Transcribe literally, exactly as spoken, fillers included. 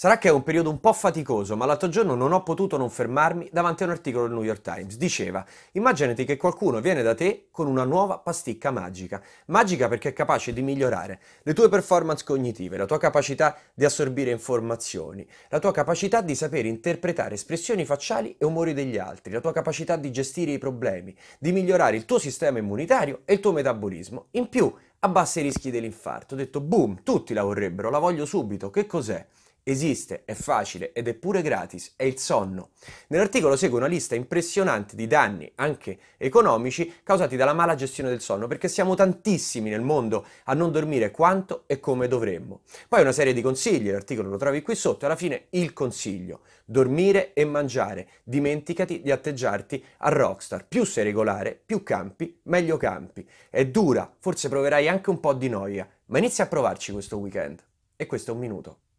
Sarà che è un periodo un po' faticoso, ma l'altro giorno non ho potuto non fermarmi davanti a un articolo del New York Times. Diceva: immaginati che qualcuno viene da te con una nuova pasticca magica. Magica perché è capace di migliorare le tue performance cognitive, la tua capacità di assorbire informazioni, la tua capacità di sapere interpretare espressioni facciali e umori degli altri, la tua capacità di gestire i problemi, di migliorare il tuo sistema immunitario e il tuo metabolismo. In più, abbassa i rischi dell'infarto. Ho detto: boom, tutti la vorrebbero, la voglio subito. Che cos'è? Esiste, è facile ed è pure gratis, è il sonno. Nell'articolo segue una lista impressionante di danni, anche economici, causati dalla mala gestione del sonno, perché siamo tantissimi nel mondo a non dormire quanto e come dovremmo. Poi una serie di consigli, l'articolo lo trovi qui sotto, e alla fine il consiglio: dormire e mangiare. Dimenticati di atteggiarti a rockstar. Più sei regolare, più campi, meglio campi. È dura, forse proverai anche un po' di noia, ma inizia a provarci questo weekend. E questo è un minuto.